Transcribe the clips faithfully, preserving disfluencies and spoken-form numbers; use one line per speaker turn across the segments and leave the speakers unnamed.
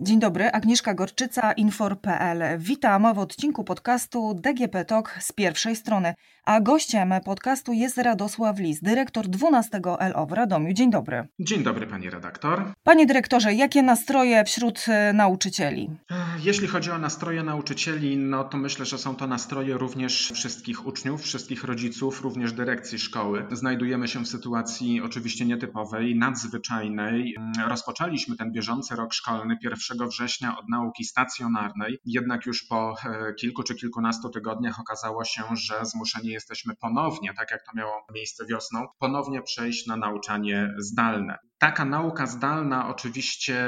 Dzień dobry, Agnieszka Gorczyca, Infor kropka p l. Witam w odcinku podcastu D G P Talk z pierwszej strony. A gościem podcastu jest Radosław Lis, dyrektor dwunastego L O w Radomiu. Dzień dobry.
Dzień dobry, pani redaktor.
Panie dyrektorze, jakie nastroje wśród nauczycieli?
Jeśli chodzi o nastroje nauczycieli, no to myślę, że są to nastroje również wszystkich uczniów, wszystkich rodziców, również dyrekcji szkoły. Znajdujemy się w sytuacji oczywiście nietypowej, nadzwyczajnej. Rozpoczęliśmy ten bieżący rok szkolny pierwszego września od nauki stacjonarnej, jednak już po kilku czy kilkunastu tygodniach okazało się, że zmuszeni jesteśmy ponownie, tak jak to miało miejsce wiosną, ponownie przejść na nauczanie zdalne. Taka nauka zdalna oczywiście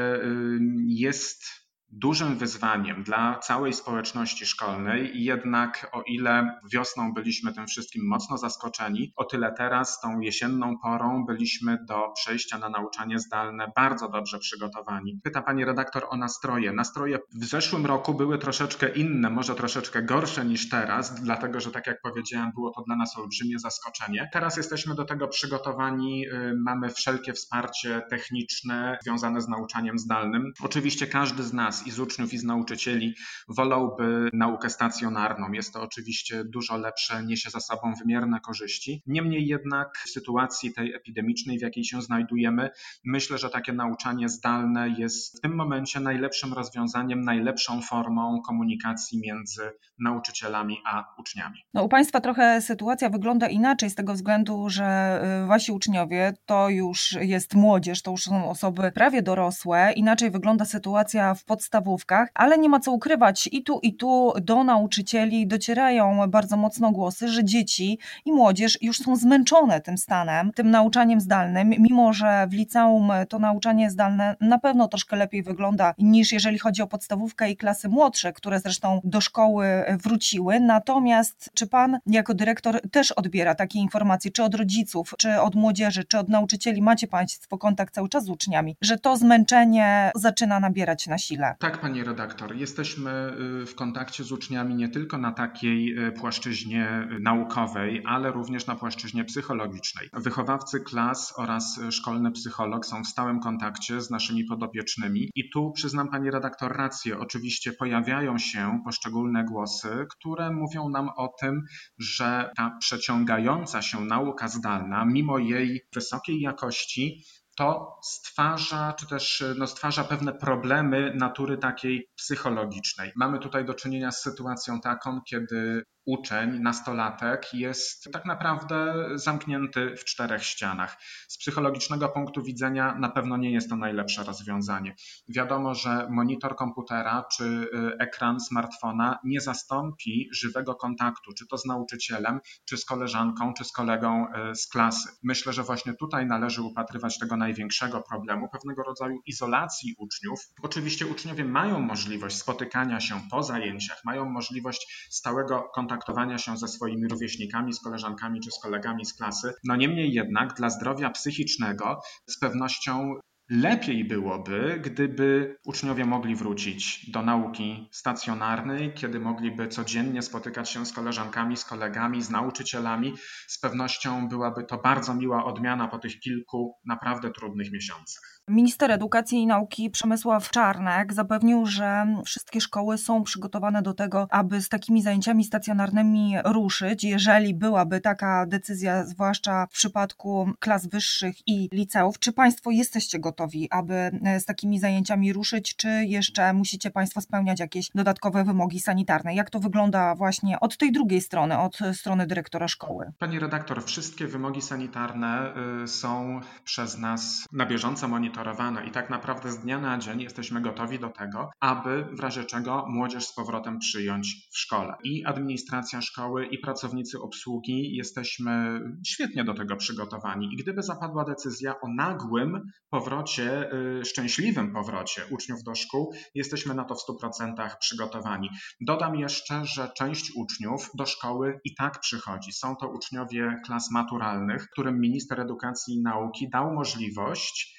jest dużym wyzwaniem dla całej społeczności szkolnej, jednak o ile wiosną byliśmy tym wszystkim mocno zaskoczeni, o tyle teraz tą jesienną porą byliśmy do przejścia na nauczanie zdalne bardzo dobrze przygotowani. Pyta pani redaktor o nastroje. Nastroje w zeszłym roku były troszeczkę inne, może troszeczkę gorsze niż teraz, dlatego że tak jak powiedziałem, było to dla nas olbrzymie zaskoczenie. Teraz jesteśmy do tego przygotowani, mamy wszelkie wsparcie techniczne związane z nauczaniem zdalnym. Oczywiście każdy z nas i z uczniów, i z nauczycieli wolałby naukę stacjonarną. Jest to oczywiście dużo lepsze, niesie za sobą wymierne korzyści. Niemniej jednak w sytuacji tej epidemicznej, w jakiej się znajdujemy, myślę, że takie nauczanie zdalne jest w tym momencie najlepszym rozwiązaniem, najlepszą formą komunikacji między nauczycielami a uczniami.
No, u Państwa trochę sytuacja wygląda inaczej z tego względu, że Wasi uczniowie to już jest młodzież, to już są osoby prawie dorosłe. Inaczej wygląda sytuacja w podstawówkach, ale nie ma co ukrywać, i tu i tu do nauczycieli docierają bardzo mocno głosy, że dzieci i młodzież już są zmęczone tym stanem, tym nauczaniem zdalnym, mimo że w liceum to nauczanie zdalne na pewno troszkę lepiej wygląda niż jeżeli chodzi o podstawówkę i klasy młodsze, które zresztą do szkoły wróciły. Natomiast czy Pan jako dyrektor też odbiera takie informacje, czy od rodziców, czy od młodzieży, czy od nauczycieli, macie Państwo kontakt cały czas z uczniami, że to zmęczenie zaczyna nabierać na sile?
Tak, pani redaktor, jesteśmy w kontakcie z uczniami nie tylko na takiej płaszczyźnie naukowej, ale również na płaszczyźnie psychologicznej. Wychowawcy klas oraz szkolny psycholog są w stałym kontakcie z naszymi podopiecznymi i tu przyznam pani redaktor rację, oczywiście pojawiają się poszczególne głosy, które mówią nam o tym, że ta przeciągająca się nauka zdalna, mimo jej wysokiej jakości, to stwarza, czy też no, stwarza pewne problemy natury takiej psychologicznej. Mamy tutaj do czynienia z sytuacją taką, kiedy uczeń, nastolatek jest tak naprawdę zamknięty w czterech ścianach. Z psychologicznego punktu widzenia na pewno nie jest to najlepsze rozwiązanie. Wiadomo, że monitor komputera czy ekran smartfona nie zastąpi żywego kontaktu, czy to z nauczycielem, czy z koleżanką, czy z kolegą z klasy. Myślę, że właśnie tutaj należy upatrywać tego największego problemu, pewnego rodzaju izolacji uczniów. Oczywiście uczniowie mają możliwość spotykania się po zajęciach, mają możliwość stałego kontaktu, kontaktowania się ze swoimi rówieśnikami, z koleżankami czy z kolegami z klasy. No niemniej jednak dla zdrowia psychicznego z pewnością lepiej byłoby, gdyby uczniowie mogli wrócić do nauki stacjonarnej, kiedy mogliby codziennie spotykać się z koleżankami, z kolegami, z nauczycielami. Z pewnością byłaby to bardzo miła odmiana po tych kilku naprawdę trudnych miesiącach.
Minister Edukacji i Nauki Przemysław Czarnek zapewnił, że wszystkie szkoły są przygotowane do tego, aby z takimi zajęciami stacjonarnymi ruszyć, jeżeli byłaby taka decyzja, zwłaszcza w przypadku klas wyższych i liceów. Czy Państwo jesteście gotowi, aby z takimi zajęciami ruszyć, czy jeszcze musicie Państwo spełniać jakieś dodatkowe wymogi sanitarne? Jak to wygląda właśnie od tej drugiej strony, od strony dyrektora szkoły?
Pani redaktor, wszystkie wymogi sanitarne są przez nas na bieżąco monitorowane i tak naprawdę z dnia na dzień jesteśmy gotowi do tego, aby w razie czego młodzież z powrotem przyjąć w szkole. I administracja szkoły, i pracownicy obsługi jesteśmy świetnie do tego przygotowani. I gdyby zapadła decyzja o nagłym powrocie, yy, szczęśliwym powrocie uczniów do szkół, jesteśmy na to w stu procentach przygotowani. Dodam jeszcze, że część uczniów do szkoły i tak przychodzi. Są to uczniowie klas maturalnych, którym minister edukacji i nauki dał możliwość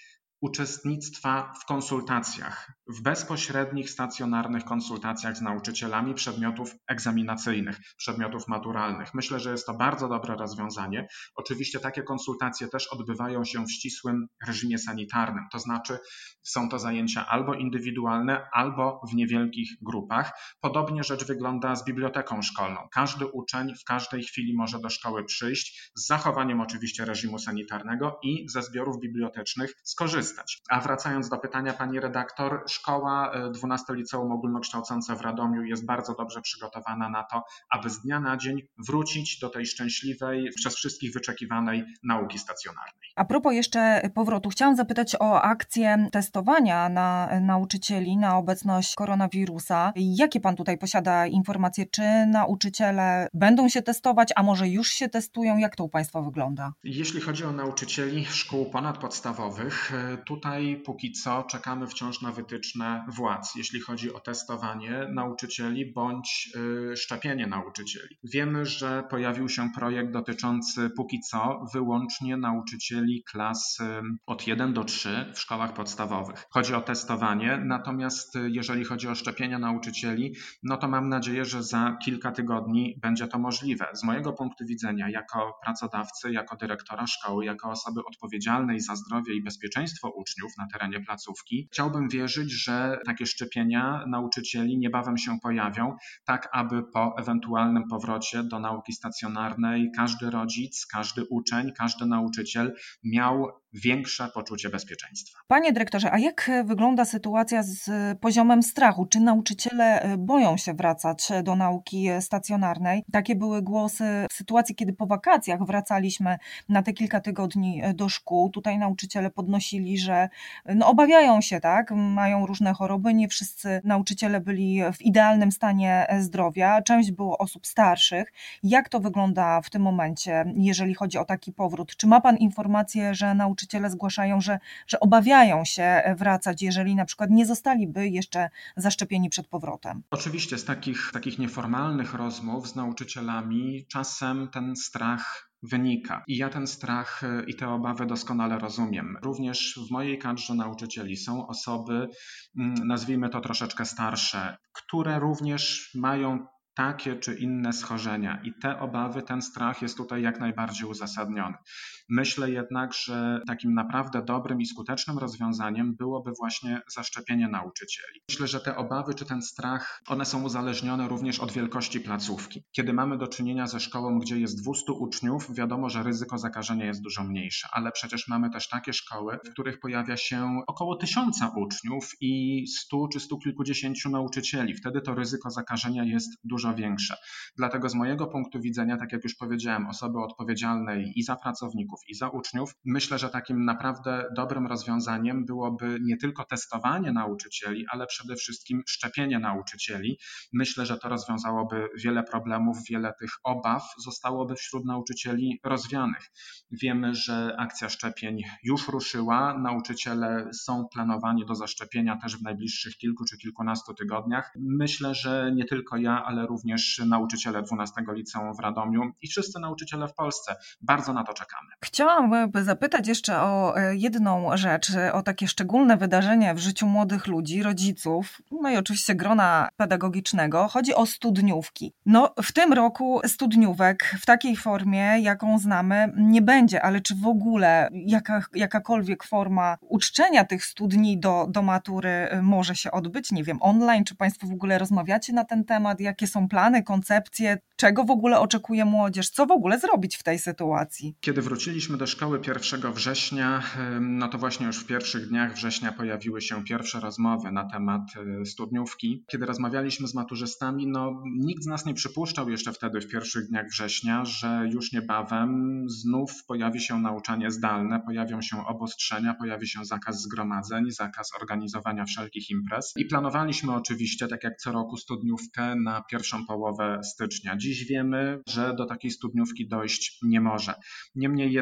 uczestnictwa w konsultacjach, w bezpośrednich, stacjonarnych konsultacjach z nauczycielami przedmiotów egzaminacyjnych, przedmiotów maturalnych. Myślę, że jest to bardzo dobre rozwiązanie. Oczywiście takie konsultacje też odbywają się w ścisłym reżimie sanitarnym, to znaczy są to zajęcia albo indywidualne, albo w niewielkich grupach. Podobnie rzecz wygląda z biblioteką szkolną. Każdy uczeń w każdej chwili może do szkoły przyjść, z zachowaniem oczywiście reżimu sanitarnego i ze zbiorów bibliotecznych skorzystać. A wracając do pytania pani redaktor, szkoła dwunaste Liceum Ogólnokształcące w Radomiu jest bardzo dobrze przygotowana na to, aby z dnia na dzień wrócić do tej szczęśliwej, przez wszystkich wyczekiwanej nauki stacjonarnej.
A propos jeszcze powrotu, chciałam zapytać o akcję testowania na nauczycieli na obecność koronawirusa. Jakie pan tutaj posiada informacje? Czy nauczyciele będą się testować, a może już się testują? Jak to u państwa wygląda?
Jeśli chodzi o nauczycieli szkół ponadpodstawowych, tutaj póki co czekamy wciąż na wytyczne władz, jeśli chodzi o testowanie nauczycieli bądź szczepienie nauczycieli. Wiemy, że pojawił się projekt dotyczący póki co wyłącznie nauczycieli klas od jeden do trzy w szkołach podstawowych. Chodzi o testowanie, natomiast jeżeli chodzi o szczepienie nauczycieli, no to mam nadzieję, że za kilka tygodni będzie to możliwe. Z mojego punktu widzenia, jako pracodawcy, jako dyrektora szkoły, jako osoby odpowiedzialnej za zdrowie i bezpieczeństwo uczniów na terenie placówki, chciałbym wierzyć, że takie szczepienia nauczycieli niebawem się pojawią, tak aby po ewentualnym powrocie do nauki stacjonarnej każdy rodzic, każdy uczeń, każdy nauczyciel miał większe poczucie bezpieczeństwa.
Panie dyrektorze, a jak wygląda sytuacja z poziomem strachu? Czy nauczyciele boją się wracać do nauki stacjonarnej? Takie były głosy w sytuacji, kiedy po wakacjach wracaliśmy na te kilka tygodni do szkół. Tutaj nauczyciele podnosili, że no, obawiają się, tak? Mają różne choroby, nie wszyscy nauczyciele byli w idealnym stanie zdrowia, część było osób starszych. Jak to wygląda w tym momencie, jeżeli chodzi o taki powrót? Czy ma pan informację, że nauczyciele Nauczyciele zgłaszają, że, że obawiają się wracać, jeżeli na przykład nie zostaliby jeszcze zaszczepieni przed powrotem?
Oczywiście z takich, takich nieformalnych rozmów z nauczycielami czasem ten strach wynika. I ja ten strach i te obawy doskonale rozumiem. Również w mojej kadrze nauczycieli są osoby, nazwijmy to troszeczkę starsze, które również mają takie czy inne schorzenia i te obawy, ten strach jest tutaj jak najbardziej uzasadniony. Myślę jednak, że takim naprawdę dobrym i skutecznym rozwiązaniem byłoby właśnie zaszczepienie nauczycieli. Myślę, że te obawy czy ten strach, one są uzależnione również od wielkości placówki. Kiedy mamy do czynienia ze szkołą, gdzie jest dwieście uczniów, wiadomo, że ryzyko zakażenia jest dużo mniejsze, ale przecież mamy też takie szkoły, w których pojawia się około tysiąca uczniów i stu czy stu kilkudziesięciu nauczycieli. Wtedy to ryzyko zakażenia jest dużo większe. Dlatego z mojego punktu widzenia, tak jak już powiedziałem, osoby odpowiedzialnej i za pracowników, i za uczniów, myślę, że takim naprawdę dobrym rozwiązaniem byłoby nie tylko testowanie nauczycieli, ale przede wszystkim szczepienie nauczycieli. Myślę, że to rozwiązałoby wiele problemów, wiele tych obaw zostałoby wśród nauczycieli rozwianych. Wiemy, że akcja szczepień już ruszyła, nauczyciele są planowani do zaszczepienia też w najbliższych kilku czy kilkunastu tygodniach. Myślę, że nie tylko ja, ale również nauczyciele dwunastego Liceum w Radomiu i wszyscy nauczyciele w Polsce bardzo na to czekamy.
Chciałam zapytać jeszcze o jedną rzecz, o takie szczególne wydarzenie w życiu młodych ludzi, rodziców, no i oczywiście grona pedagogicznego. Chodzi o studniówki. No w tym roku studniówek w takiej formie, jaką znamy, nie będzie, ale czy w ogóle jaka, jakakolwiek forma uczczenia tych studni do, do matury może się odbyć? Nie wiem, online, czy państwo w ogóle rozmawiacie na ten temat? Jakie są plany, koncepcje? Czego w ogóle oczekuje młodzież? Co w ogóle zrobić w tej sytuacji?
Kiedy wróciliśmy do szkoły pierwszego września, no to właśnie już w pierwszych dniach września pojawiły się pierwsze rozmowy na temat studniówki. Kiedy rozmawialiśmy z maturzystami, no nikt z nas nie przypuszczał jeszcze wtedy w pierwszych dniach września, że już niebawem znów pojawi się nauczanie zdalne, pojawią się obostrzenia, pojawi się zakaz zgromadzeń, zakaz organizowania wszelkich imprez. I planowaliśmy oczywiście, tak jak co roku, studniówkę na pierwszą połowę stycznia. Dziś wiemy, że do takiej studniówki dojść nie może. Niemniej jednak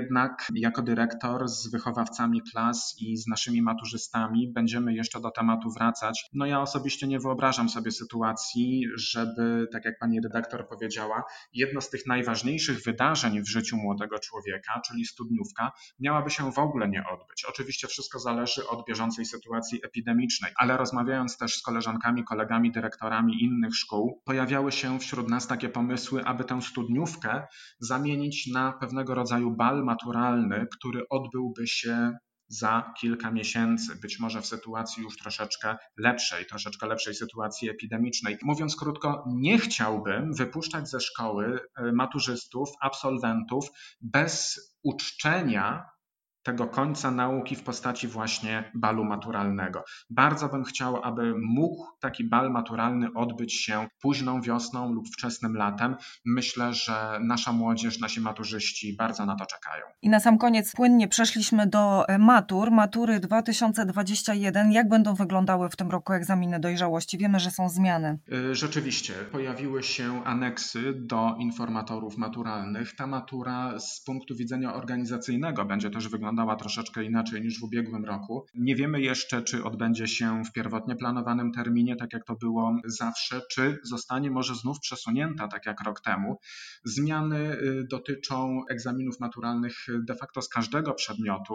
jednak jako dyrektor z wychowawcami klas i z naszymi maturzystami będziemy jeszcze do tematu wracać. No ja osobiście nie wyobrażam sobie sytuacji, żeby, tak jak pani redaktor powiedziała, jedno z tych najważniejszych wydarzeń w życiu młodego człowieka, czyli studniówka, miałaby się w ogóle nie odbyć. Oczywiście wszystko zależy od bieżącej sytuacji epidemicznej, ale rozmawiając też z koleżankami, kolegami, dyrektorami innych szkół, pojawiały się wśród nas takie pomysły, aby tę studniówkę zamienić na pewnego rodzaju bal maturalny, który odbyłby się za kilka miesięcy, być może w sytuacji już troszeczkę lepszej, troszeczkę lepszej sytuacji epidemicznej. Mówiąc krótko, nie chciałbym wypuszczać ze szkoły maturzystów, absolwentów bez uczczenia tego końca nauki w postaci właśnie balu maturalnego. Bardzo bym chciał, aby mógł taki bal maturalny odbyć się późną wiosną lub wczesnym latem. Myślę, że nasza młodzież, nasi maturzyści bardzo na to czekają.
I na sam koniec płynnie przeszliśmy do matur. Matury dwa tysiące dwudziesty pierwszy. Jak będą wyglądały w tym roku egzaminy dojrzałości? Wiemy, że są zmiany.
Rzeczywiście, pojawiły się aneksy do informatorów maturalnych. Ta matura z punktu widzenia organizacyjnego będzie też wyglądała troszeczkę inaczej niż w ubiegłym roku. Nie wiemy jeszcze, czy odbędzie się w pierwotnie planowanym terminie, tak jak to było zawsze, czy zostanie może znów przesunięta, tak jak rok temu. Zmiany dotyczą egzaminów maturalnych de facto z każdego przedmiotu.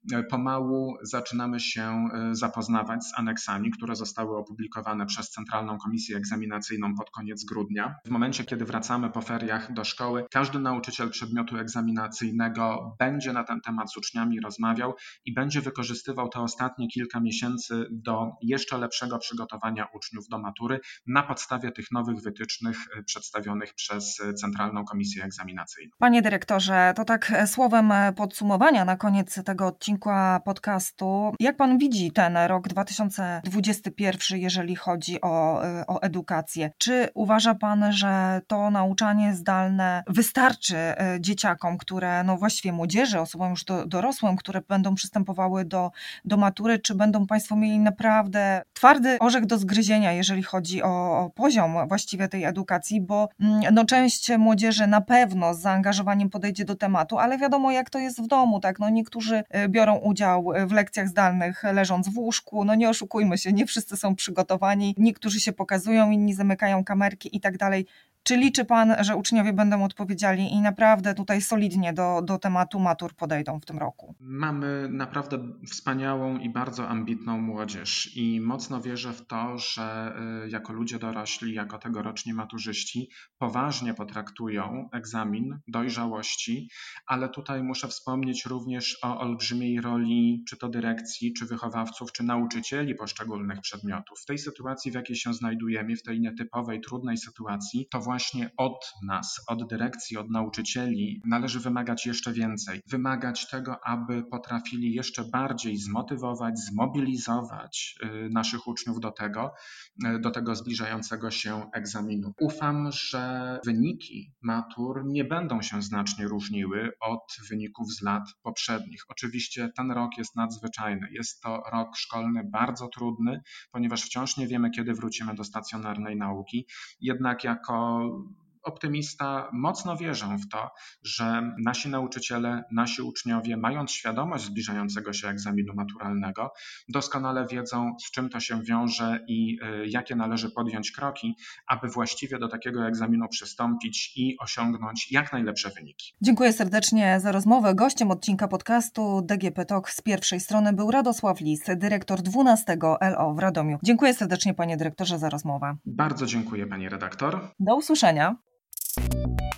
Pomału zaczynamy się zapoznawać z aneksami, które zostały opublikowane przez Centralną Komisję Egzaminacyjną pod koniec grudnia. W momencie, kiedy wracamy po feriach do szkoły, każdy nauczyciel przedmiotu egzaminacyjnego będzie na ten temat z uczniami rozmawiał i będzie wykorzystywał te ostatnie kilka miesięcy do jeszcze lepszego przygotowania uczniów do matury na podstawie tych nowych wytycznych przedstawionych przez Centralną Komisję Egzaminacyjną.
Panie dyrektorze, to tak słowem podsumowania na koniec tego odcinka podcastu. Jak pan widzi ten rok dwa tysiące dwudziesty pierwszy, jeżeli chodzi o, o edukację? Czy uważa pan, że to nauczanie zdalne wystarczy dzieciakom, które, no właściwie młodzieży, osobom już do, dorosłym, które będą przystępowały do, do matury, czy będą państwo mieli naprawdę twardy orzech do zgryzienia, jeżeli chodzi o, o poziom właściwie tej edukacji, bo no, część młodzieży na pewno z zaangażowaniem podejdzie do tematu, ale wiadomo jak to jest w domu, tak? No, niektórzy biorą udział w lekcjach zdalnych leżąc w łóżku, no nie oszukujmy się, nie wszyscy są przygotowani, niektórzy się pokazują, inni zamykają kamerki i tak dalej. Czy liczy pan, że uczniowie będą odpowiedzialni i naprawdę tutaj solidnie do, do tematu matur podejdą w tym roku?
Mamy naprawdę wspaniałą i bardzo ambitną młodzież i mocno wierzę w to, że jako ludzie dorośli, jako tegoroczni maturzyści poważnie potraktują egzamin dojrzałości, ale tutaj muszę wspomnieć również o olbrzymiej roli czy to dyrekcji, czy wychowawców, czy nauczycieli poszczególnych przedmiotów. W tej sytuacji, w jakiej się znajdujemy, w tej nietypowej, trudnej sytuacji, to właśnie od nas, od dyrekcji, od nauczycieli należy wymagać jeszcze więcej. Wymagać tego, aby potrafili jeszcze bardziej zmotywować, zmobilizować naszych uczniów do tego, do tego zbliżającego się egzaminu. Ufam, że wyniki matur nie będą się znacznie różniły od wyników z lat poprzednich. Oczywiście ten rok jest nadzwyczajny. Jest to rok szkolny bardzo trudny, ponieważ wciąż nie wiemy, kiedy wrócimy do stacjonarnej nauki. Jednak jako optymista mocno wierzę w to, że nasi nauczyciele, nasi uczniowie, mając świadomość zbliżającego się egzaminu maturalnego, doskonale wiedzą, z czym to się wiąże i jakie należy podjąć kroki, aby właściwie do takiego egzaminu przystąpić i osiągnąć jak najlepsze wyniki.
Dziękuję serdecznie za rozmowę. Gościem odcinka podcastu D G P Talk z pierwszej strony był Radosław Lis, dyrektor dwunastego L O w Radomiu. Dziękuję serdecznie panie dyrektorze za rozmowę.
Bardzo dziękuję pani redaktor.
Do usłyszenia.